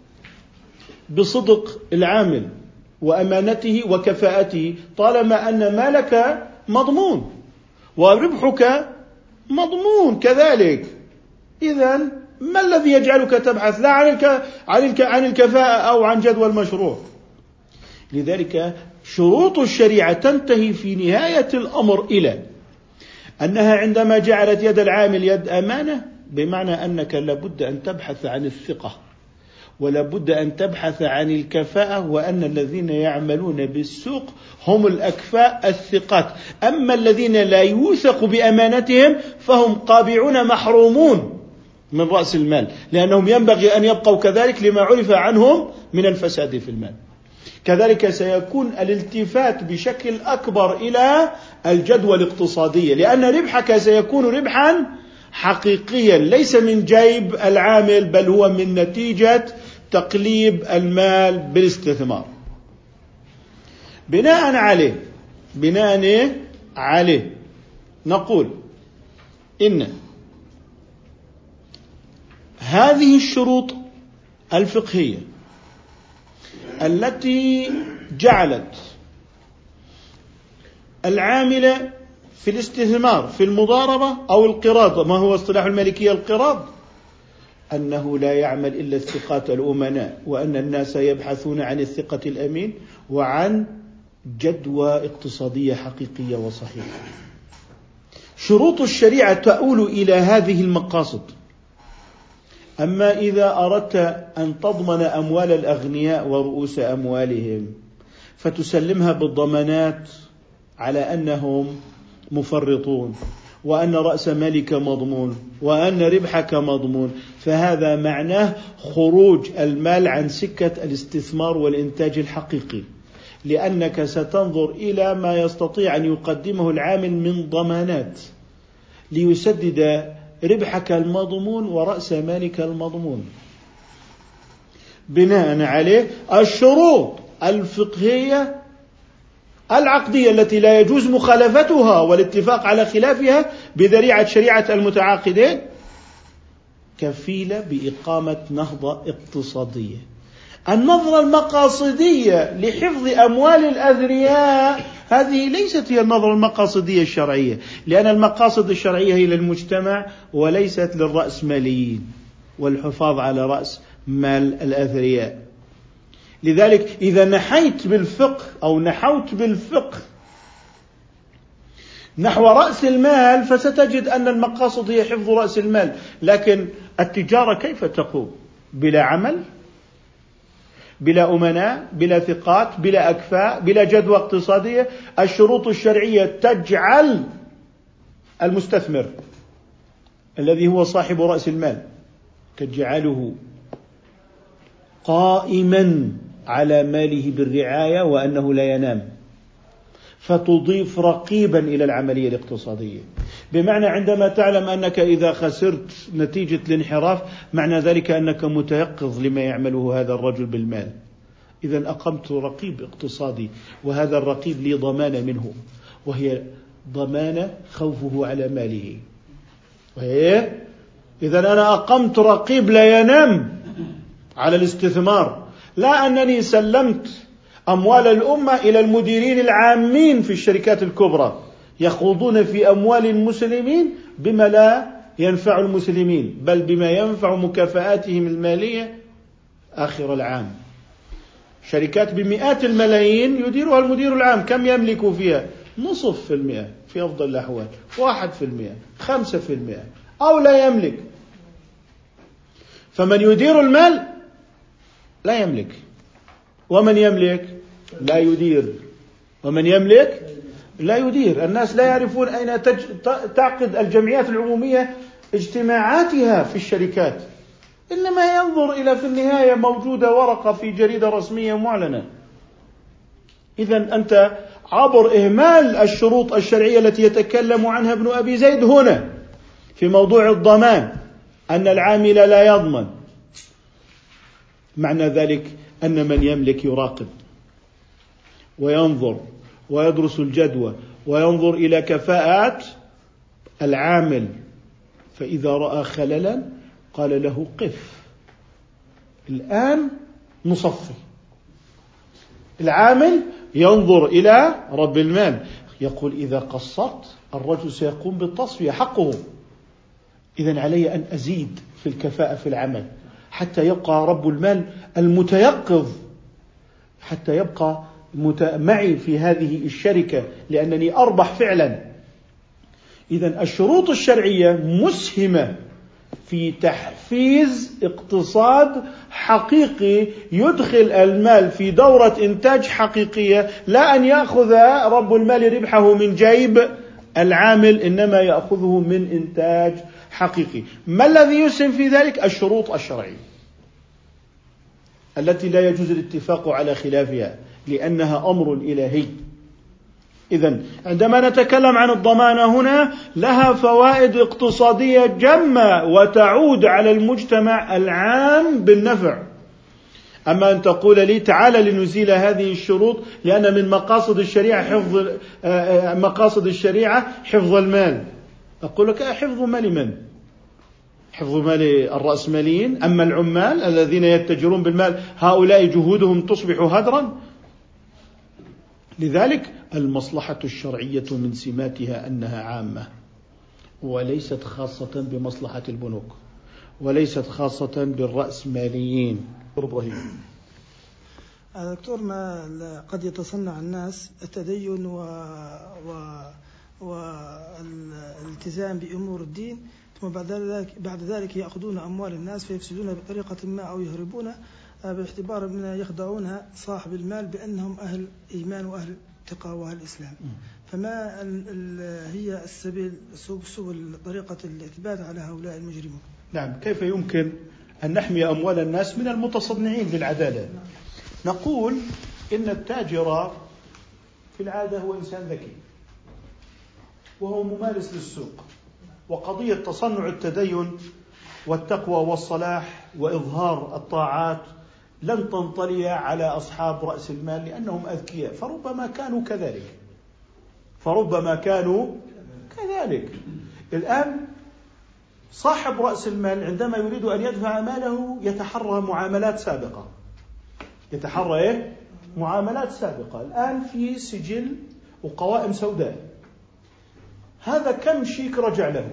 بصدق العامل وأمانته وكفاءته طالما أن مالك مضمون وربحك مضمون كذلك؟ إذن ما الذي يجعلك تبحث لا عن الك... عن, الك... عن الكفاءة أو عن جدوى المشروع؟ لذلك شروط الشريعة تنتهي في نهاية الأمر إلى أنها عندما جعلت يد العامل يد أمانة، بمعنى أنك لابد أن تبحث عن الثقة ولابد أن تبحث عن الكفاءة، وأن الذين يعملون بالسوق هم الأكفاء الثقات. أما الذين لا يوثق بأمانتهم فهم قابعون محرومون من رأس المال، لأنهم ينبغي أن يبقوا كذلك لما عرف عنهم من الفساد في المال. كذلك سيكون الالتفات بشكل أكبر إلى الجدوى الاقتصادية، لأن ربحك سيكون ربحا حقيقيا ليس من جيب العامل، بل هو من نتيجة تقليب المال بالاستثمار. بناء عليه بناء عليه نقول إن هذه الشروط الفقهية التي جعلت العامل في الاستثمار في المضاربة أو القراض، ما هو اصطلاح المالكية القراض، أنه لا يعمل إلا الثقات الأمناء، وأن الناس يبحثون عن الثقة الأمين وعن جدوى اقتصادية حقيقية وصحيحة. شروط الشريعة تؤول إلى هذه المقاصد. أما إذا أردت أن تضمن أموال الأغنياء ورؤوس أموالهم فتسلمها بالضمانات على أنهم مفرطون، وأن رأس مالك مضمون، وأن ربحك مضمون، فهذا معناه خروج المال عن سكة الاستثمار والإنتاج الحقيقي، لأنك ستنظر إلى ما يستطيع أن يقدمه العامل من ضمانات ليسدد ربحك المضمون ورأس مالك المضمون. بناء عليه الشروط الفقهية العقدية التي لا يجوز مخالفتها والاتفاق على خلافها بذريعة شريعة المتعاقدين كفيلة بإقامة نهضة اقتصادية. النظرة المقاصدية لحفظ أموال الأثرياء هذه ليست هي النظرة المقاصدية الشرعية، لأن المقاصد الشرعية هي للمجتمع وليست للرأسماليين والحفاظ على رأس مال الأثرياء. لذلك إذا نحيت بالفقه أو نحوت بالفقه نحو رأس المال فستجد أن المقاصد هي حفظ رأس المال، لكن التجارة كيف تقوم؟ بلا عمل، بلا أمناء، بلا ثقات، بلا أكفاء، بلا جدوى اقتصادية. الشروط الشرعية تجعل المستثمر الذي هو صاحب رأس المال تجعله قائما على ماله بالرعاية وأنه لا ينام، فتضيف رقيبا إلى العملية الاقتصادية. بمعنى عندما تعلم أنك إذا خسرت نتيجة الانحراف معنى ذلك أنك متيقظ لما يعمله هذا الرجل بالمال، إذا أقمت رقيب اقتصادي، وهذا الرقيب لي ضمانة منه، وهي ضمانة خوفه على ماله. وهي إذا أنا أقمت رقيب لا ينام على الاستثمار، لا أنني سلمت أموال الأمة إلى المديرين العامين في الشركات الكبرى يخوضون في أموال المسلمين بما لا ينفع المسلمين، بل بما ينفع مكافآتهم المالية آخر العام. شركات بمئات الملايين يديرها المدير العام، كم يملك فيها؟ نصف في المئة في أفضل الأحوال، واحد في المئة، خمسة في المئة، أو لا يملك. فمن يدير المال لا يملك، ومن يملك لا يدير، ومن يملك لا يدير. الناس لا يعرفون أين تج... تعقد الجمعيات العمومية اجتماعاتها في الشركات، إنما ينظر إلى في النهاية موجودة ورقة في جريدة رسمية معلنة. إذن أنت عبر إهمال الشروط الشرعية التي يتكلم عنها ابن أبي زيد هنا في موضوع الضمان، أن العامل لا يضمن، معنى ذلك أن من يملك يراقب وينظر ويدرس الجدوى وينظر إلى كفاءات العامل، فإذا رأى خللا قال له قف، الآن نصفي. العامل ينظر إلى رب المال يقول إذا قصرت الرجل سيقوم بالتصفية حقه، إذن علي أن أزيد في الكفاءة في العمل حتى يبقى رب المال المتيقظ، حتى يبقى معي في هذه الشركة لأنني أربح فعلا. إذن الشروط الشرعية مسهمة في تحفيز اقتصاد حقيقي يدخل المال في دورة إنتاج حقيقية، لا أن يأخذ رب المال ربحه من جيب العامل، إنما يأخذه من إنتاج حقيقي. ما الذي يسهم في ذلك؟ الشروط الشرعية التي لا يجوز الاتفاق على خلافها لأنها أمر إلهي. إذن عندما نتكلم عن الضمانة هنا لها فوائد اقتصادية جمة وتعود على المجتمع العام بالنفع. أما أن تقول لي تعال لنزيل هذه الشروط لأن من مقاصد الشريعة حفظ مقاصد الشريعة حفظ المال، أقول لك حفظ مال من؟ حفظ مال الرأسماليين؟ أما العمال الذين يتجرون بالمال هؤلاء جهودهم تصبح هدرا. لذلك المصلحة الشرعية من سماتها أنها عامة وليست خاصة بمصلحة البنوك وليست خاصة بالرأسماليين. إبراهيم دكتور، ما قد يتصنع الناس التدين و... و... والالتزام بأمور الدين، ثم بعد ذلك بعد ذلك يأخذون أموال الناس فيفسدون بطريقة ما أو يهربون باعتبار من يخدعونها صاحب المال بأنهم أهل إيمان وأهل تقى وأهل إسلام. فما ال ال هي السبيل سبل طريقة الإثبات على هؤلاء المجرمين؟ نعم، كيف يمكن أن نحمي أموال الناس من المتصنعين للعدالة؟ نقول إن التاجر في العادة هو إنسان ذكي وهو ممارس للسوق، وقضية تصنع التدين والتقوى والصلاح وإظهار الطاعات لن تنطلي على أصحاب رأس المال لأنهم أذكياء، فربما كانوا كذلك فربما كانوا كذلك الآن صاحب رأس المال عندما يريد أن يدفع ماله يتحرى معاملات سابقة، يتحرى إيه؟ معاملات سابقة. الآن في سجل وقوائم سوداء، هذا كم شيك رجع له،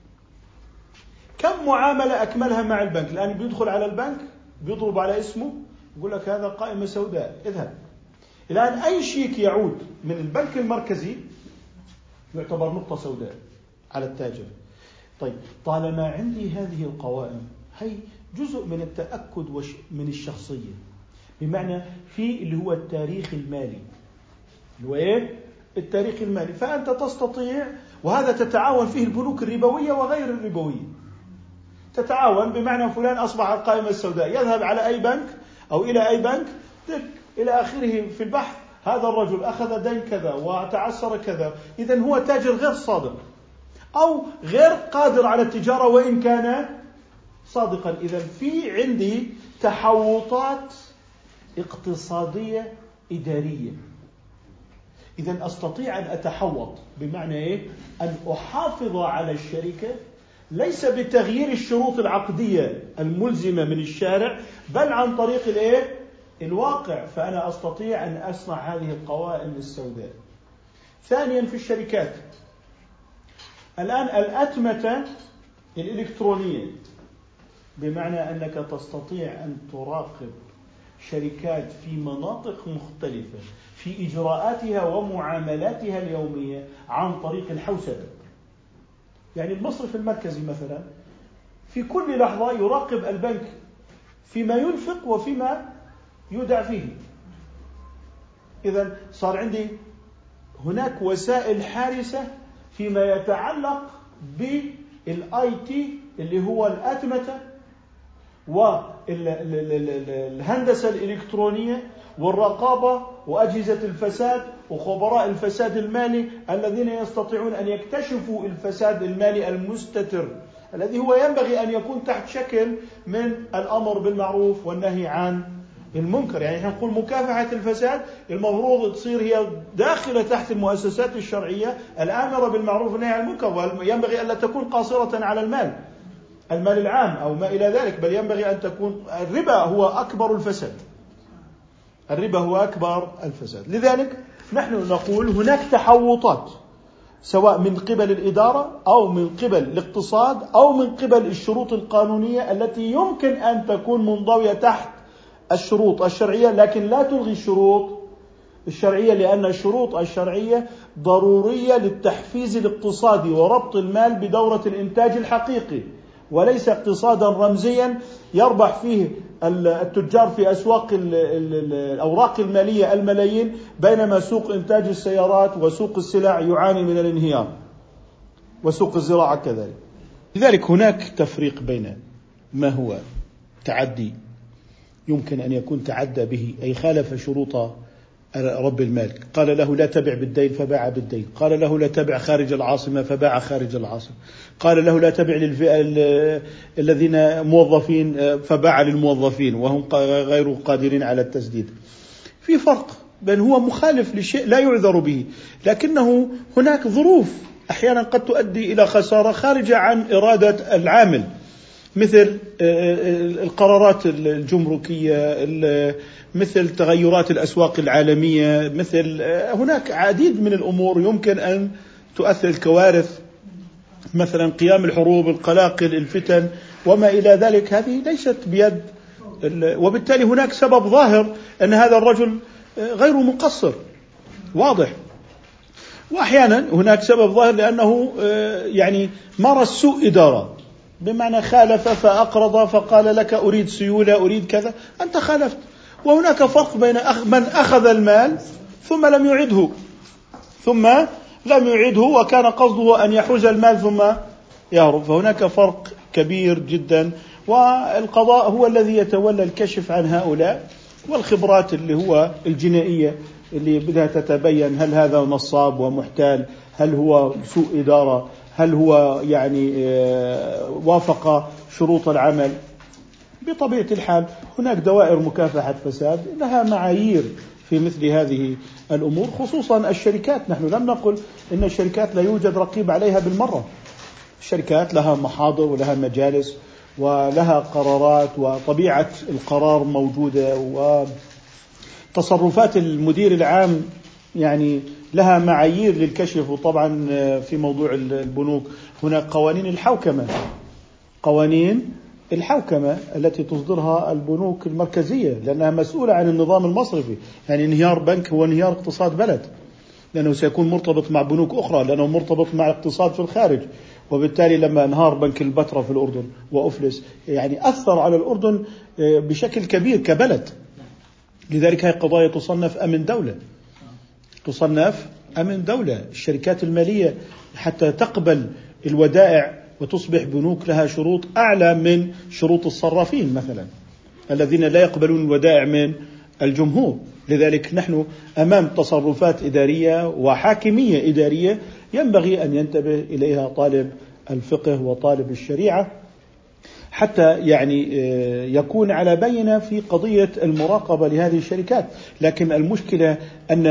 كم معاملة أكملها مع البنك. الآن بيدخل على البنك بيضرب على اسمه يقول لك هذا قائمة سوداء اذهب. الآن أي شيك يعود من البنك المركزي يعتبر نقطة سوداء على التاجر. طيب طالما عندي هذه القوائم هي جزء من التأكد من الشخصية، بمعنى في اللي هو التاريخ المالي، اللي هو إيه؟ التاريخ المالي. فأنت تستطيع، وهذا تتعاون فيه البنوك الربوية وغير الربوية، تتعاون بمعنى فلان أصبح على القائمة السوداء، يذهب على أي بنك أو إلى أي بنك إلى آخره في البحث، هذا الرجل أخذ دين كذا وتعسر كذا، إذن هو تاجر غير صادق أو غير قادر على التجارة وإن كان صادقا. إذن في عندي تحوطات اقتصادية إدارية، إذن أستطيع أن أتحوط، بمعنى إيه؟ أن أحافظ على الشركة ليس بتغيير الشروط العقدية الملزمة من الشارع، بل عن طريق الإيه؟ الواقع. فأنا أستطيع أن أصنع هذه القوائم السوداء. ثانيا في الشركات الآن الأتمتة الإلكترونية، بمعنى أنك تستطيع أن تراقب شركات في مناطق مختلفة في إجراءاتها ومعاملاتها اليومية عن طريق الحوسبة. يعني المصرف المركزي مثلا في كل لحظة يراقب البنك فيما ينفق وفيما يودع فيه. إذن صار عندي هناك وسائل حارسة فيما يتعلق بالاي تي اللي هو الأتمتة والهندسة الإلكترونية والرقابة وأجهزة الفساد وخبراء الفساد المالي الذين يستطيعون أن يكتشفوا الفساد المالي المستتر الذي هو ينبغي أن يكون تحت شكل من الأمر بالمعروف والنهي عن المنكر. يعني نحن نقول مكافحة الفساد المفروض تصير هي داخلة تحت المؤسسات الشرعية الآمرة بالمعروف والنهي عن المنكر، وينبغي أن لا تكون قاصرة على المال المال العام أو ما إلى ذلك، بل ينبغي أن تكون الربا هو أكبر الفساد، الربا هو أكبر الفساد. لذلك نحن نقول هناك تحوطات سواء من قبل الإدارة أو من قبل الاقتصاد أو من قبل الشروط القانونية التي يمكن أن تكون منضوية تحت الشروط الشرعية، لكن لا تلغي الشروط الشرعية، لأن الشروط الشرعية ضرورية للتحفيز الاقتصادي وربط المال بدورة الإنتاج الحقيقي، وليس اقتصادا رمزيا يربح فيه التجار في أسواق الأوراق المالية الملايين، بينما سوق إنتاج السيارات وسوق السلع يعاني من الانهيار، وسوق الزراعة كذلك. لذلك هناك تفريق بين ما هو تعدي يمكن أن يكون تعدى به أي خالف شروط رب المال، قال له لا تبع بالدين فباع بالدين، قال له لا تبع خارج العاصمة فباع خارج العاصمة، قال له لا تبع للفئة الذين موظفين فباع للموظفين وهم غير قادرين على التسديد. في فرق بين هو مخالف لشيء لا يعذر به، لكنه هناك ظروف أحيانا قد تؤدي إلى خسارة خارجة عن إرادة العامل، مثل القرارات الجمركية، مثل تغيرات الأسواق العالمية، مثل هناك عديد من الأمور يمكن أن تؤثر، الكوارث مثلا قيام الحروب، القلاقل، الفتن وما إلى ذلك، هذه ليست بيد، وبالتالي هناك سبب ظاهر أن هذا الرجل غير مقصر واضح، وأحيانا هناك سبب ظاهر لأنه يعني مارس سوء إدارة، بمعنى خالف فأقرض فقال لك أريد سيولة أريد كذا، أنت خالفت. وهناك فرق بين من أخذ المال ثم لم يعده ثم لم يعده وكان قصده أن يحوز المال ثم يهرب، فهناك فرق كبير جدا، والقضاء هو الذي يتولى الكشف عن هؤلاء، والخبرات اللي هو الجنائية اللي بدها تتبين هل هذا نصاب ومحتال، هل هو سوء إدارة، هل هو يعني وافق شروط العمل. بطبيعة الحال هناك دوائر مكافحة فساد لها معايير في مثل هذه الأمور، خصوصا الشركات. نحن لم نقل إن الشركات لا يوجد رقيب عليها بالمرة، الشركات لها محاضر ولها مجالس ولها قرارات، وطبيعة القرار موجودة، وتصرفات المدير العام يعني لها معايير للكشف. وطبعا في موضوع البنوك هناك قوانين الحوكمة، قوانين الحوكمة التي تصدرها البنوك المركزية، لأنها مسؤولة عن النظام المصرفي. يعني انهيار بنك هو انهيار اقتصاد بلد، لأنه سيكون مرتبط مع بنوك أخرى، لأنه مرتبط مع اقتصاد في الخارج. وبالتالي لما انهار بنك البتراء في الأردن وأفلس، يعني أثر على الأردن بشكل كبير كبلد. لذلك هذه قضايا تصنف أمن دولة، تصنف أمن دولة. الشركات المالية حتى تقبل الودائع وتصبح بنوك لها شروط أعلى من شروط الصرافين مثلا الذين لا يقبلون الودائع من الجمهور. لذلك نحن أمام تصرفات إدارية وحاكمية إدارية ينبغي أن ينتبه إليها طالب الفقه وطالب الشريعة، حتى يعني يكون على بينة في قضية المراقبة لهذه الشركات. لكن المشكلة أن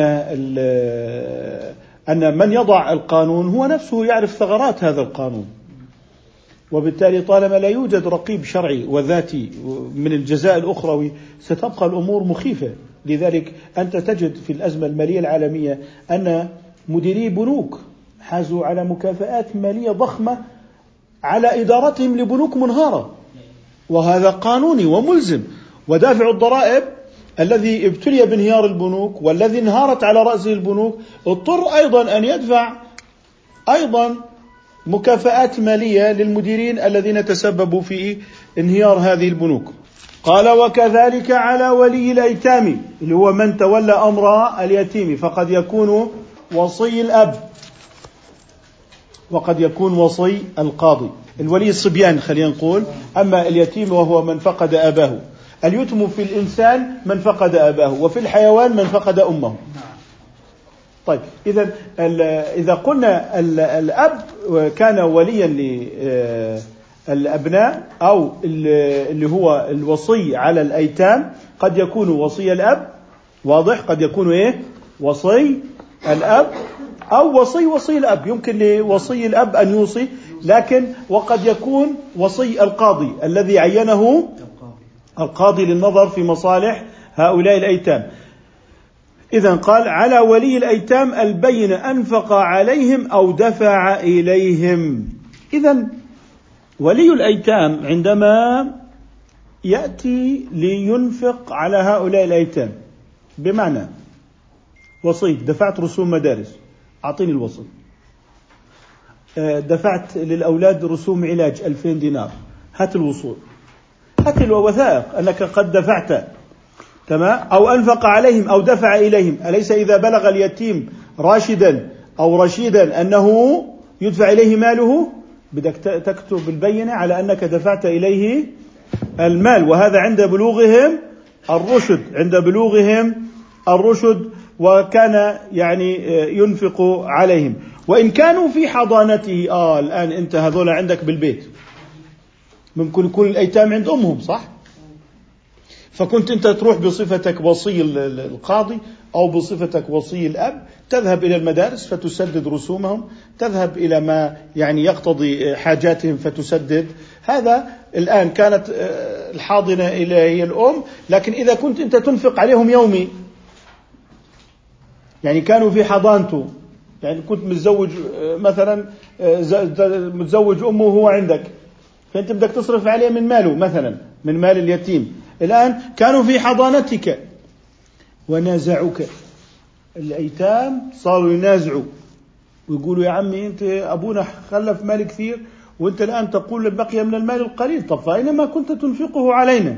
أن من يضع القانون هو نفسه يعرف ثغرات هذا القانون، وبالتالي طالما لا يوجد رقيب شرعي وذاتي من الجزاء الأخروي ستبقى الأمور مخيفة. لذلك أنت تجد في الأزمة المالية العالمية أن مديري بنوك حازوا على مكافآت مالية ضخمة على إدارتهم لبنوك منهارة، وهذا قانوني وملزم. ودافع الضرائب الذي ابتلي بانهيار البنوك والذي انهارت على رأسه البنوك اضطر أيضا أن يدفع أيضا مكافآت مالية للمديرين الذين تسببوا في انهيار هذه البنوك. قال: وكذلك على ولي الأيتام، اللي هو من تولى أمر اليتيم، فقد يكون وصي الأب وقد يكون وصي القاضي. الولي الصبيان خلينا نقول، أما اليتيم وهو من فقد أباه. اليتم في الإنسان من فقد أباه، وفي الحيوان من فقد أمه. طيب، إذا إذا قلنا الأب كان وليا للأبناء أو اللي هو الوصي على الأيتام، قد يكون وصي الأب، واضح، قد يكون إيه وصي الأب أو وصي وصي الأب، يمكن لوصي الأب أن يوصي، لكن وقد يكون وصي القاضي الذي عينه القاضي للنظر في مصالح هؤلاء الأيتام. إذن قال: على ولي الأيتام البين أنفق عليهم أو دفع إليهم. إذن ولي الأيتام عندما يأتي لينفق على هؤلاء الأيتام، بمعنى وصيت دفعت رسوم مدارس، أعطيني الوصل. دفعت للأولاد رسوم علاج ألفين دينار، هات الوصول، هات الوثائق أنك قد دفعت، تمام. أو أنفق عليهم أو دفع إليهم، أليس إذا بلغ اليتيم راشدا أو رشيدا أنه يدفع إليه ماله، بدك تكتب البينة على أنك دفعت إليه المال، وهذا عند بلوغهم الرشد، عند بلوغهم الرشد وكان يعني ينفق عليهم. وإن كانوا في حضانته، آه الآن أنت هذول عندك بالبيت، ممكن يكون الأيتام عند أمهم، صح؟ فكنت أنت تروح بصفتك وصي القاضي أو بصفتك وصي الأب، تذهب إلى المدارس فتسدد رسومهم، تذهب إلى ما يعني يقتضي حاجاتهم فتسدد. هذا الآن كانت الحاضنة إلى هي الأم. لكن إذا كنت أنت تنفق عليهم يومي، يعني كانوا في حضانته، يعني كنت متزوج مثلا، متزوج أمه وهو عندك، فأنت بدك تصرف عليه من ماله مثلا، من مال اليتيم. الآن كانوا في حضانتك ونازعوك، الأيتام صاروا ينازعوا ويقولوا: يا عمي أنت أبونا خلف مال كثير وأنت الآن تقول بقي من المال القليل، طب فأينما كنت تنفقه علينا.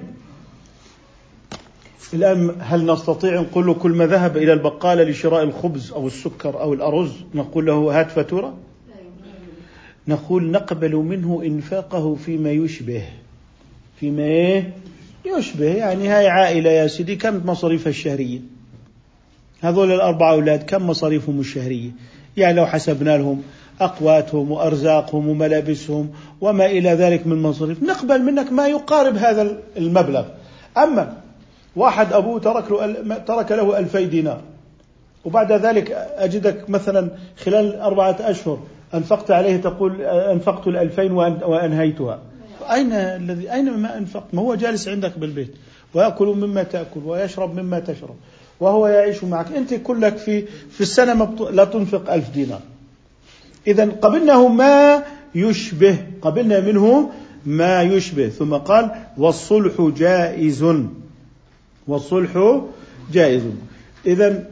الآن هل نستطيع نقول له كل ما ذهب إلى البقالة لشراء الخبز أو السكر أو الأرز نقول له هات فاتورة؟ نقول نقبل منه إنفاقه فيما يشبه، فيما يشبه. يعني هاي عائلة يا سيدي كم مصاريفها الشهرية؟ هذول الأربع أولاد كم مصاريفهم الشهرية؟ يعني لو حسبنا لهم أقواتهم وأرزاقهم وملابسهم وما إلى ذلك من مصاريف، نقبل منك ما يقارب هذا المبلغ. أما واحد أبوه ترك له, ترك له ألفي دينار، وبعد ذلك أجدك مثلا خلال أربعة أشهر أنفقت عليه تقول أنفقت الألفين وأنهيتها. أين الذي أين ما أنفقت؟ ما هو جالس عندك بالبيت ويأكل مما تأكل ويشرب مما تشرب وهو يعيش معك. أنت كلك في في السنة لا تنفق ألف دينار. إذن قبلناه ما يشبه، قبلنا منه ما يشبه. ثم قال والصلح جائز، والصلح جائز. إذن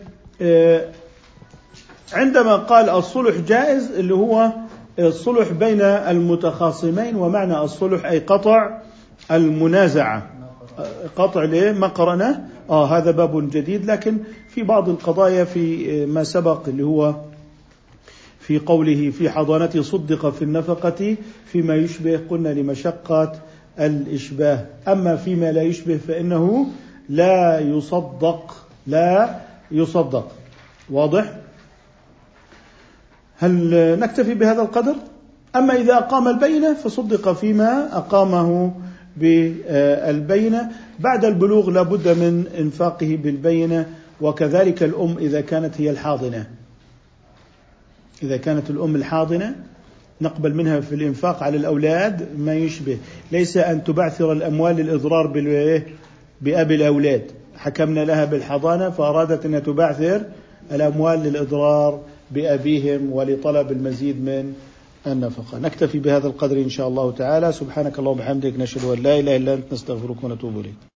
عندما قال الصلح جائز اللي هو الصلح بين المتخاصمين، ومعنى الصلح أي قطع المنازعة. قطع ليه ما قرأنا آه هذا باب جديد، لكن في بعض القضايا في ما سبق اللي هو في قوله في حضانته صدق في النفقة فيما يشبه، قلنا لمشقة الإشباه. أما فيما لا يشبه فإنه لا يصدق، لا يصدق. واضح؟ هل نكتفي بهذا القدر؟ أما إذا أقام البينة فصدق فيما أقامه بالبينة. بعد البلوغ لابد من إنفاقه بالبينة. وكذلك الأم إذا كانت هي الحاضنة، إذا كانت الأم الحاضنة نقبل منها في الإنفاق على الأولاد ما يشبه. ليس أن تبعثر الأموال للإضرار بأبي الأولاد، حكمنا لها بالحضانة فأرادت أن تبعثر الأموال للإضرار بأبيهم ولطلب المزيد من النفقة. نكتفي بهذا القدر إن شاء الله تعالى. سبحانك اللهم وبحمدك، نشهد أن لا إله إلا أنت، نستغفرك ونتوب إليك.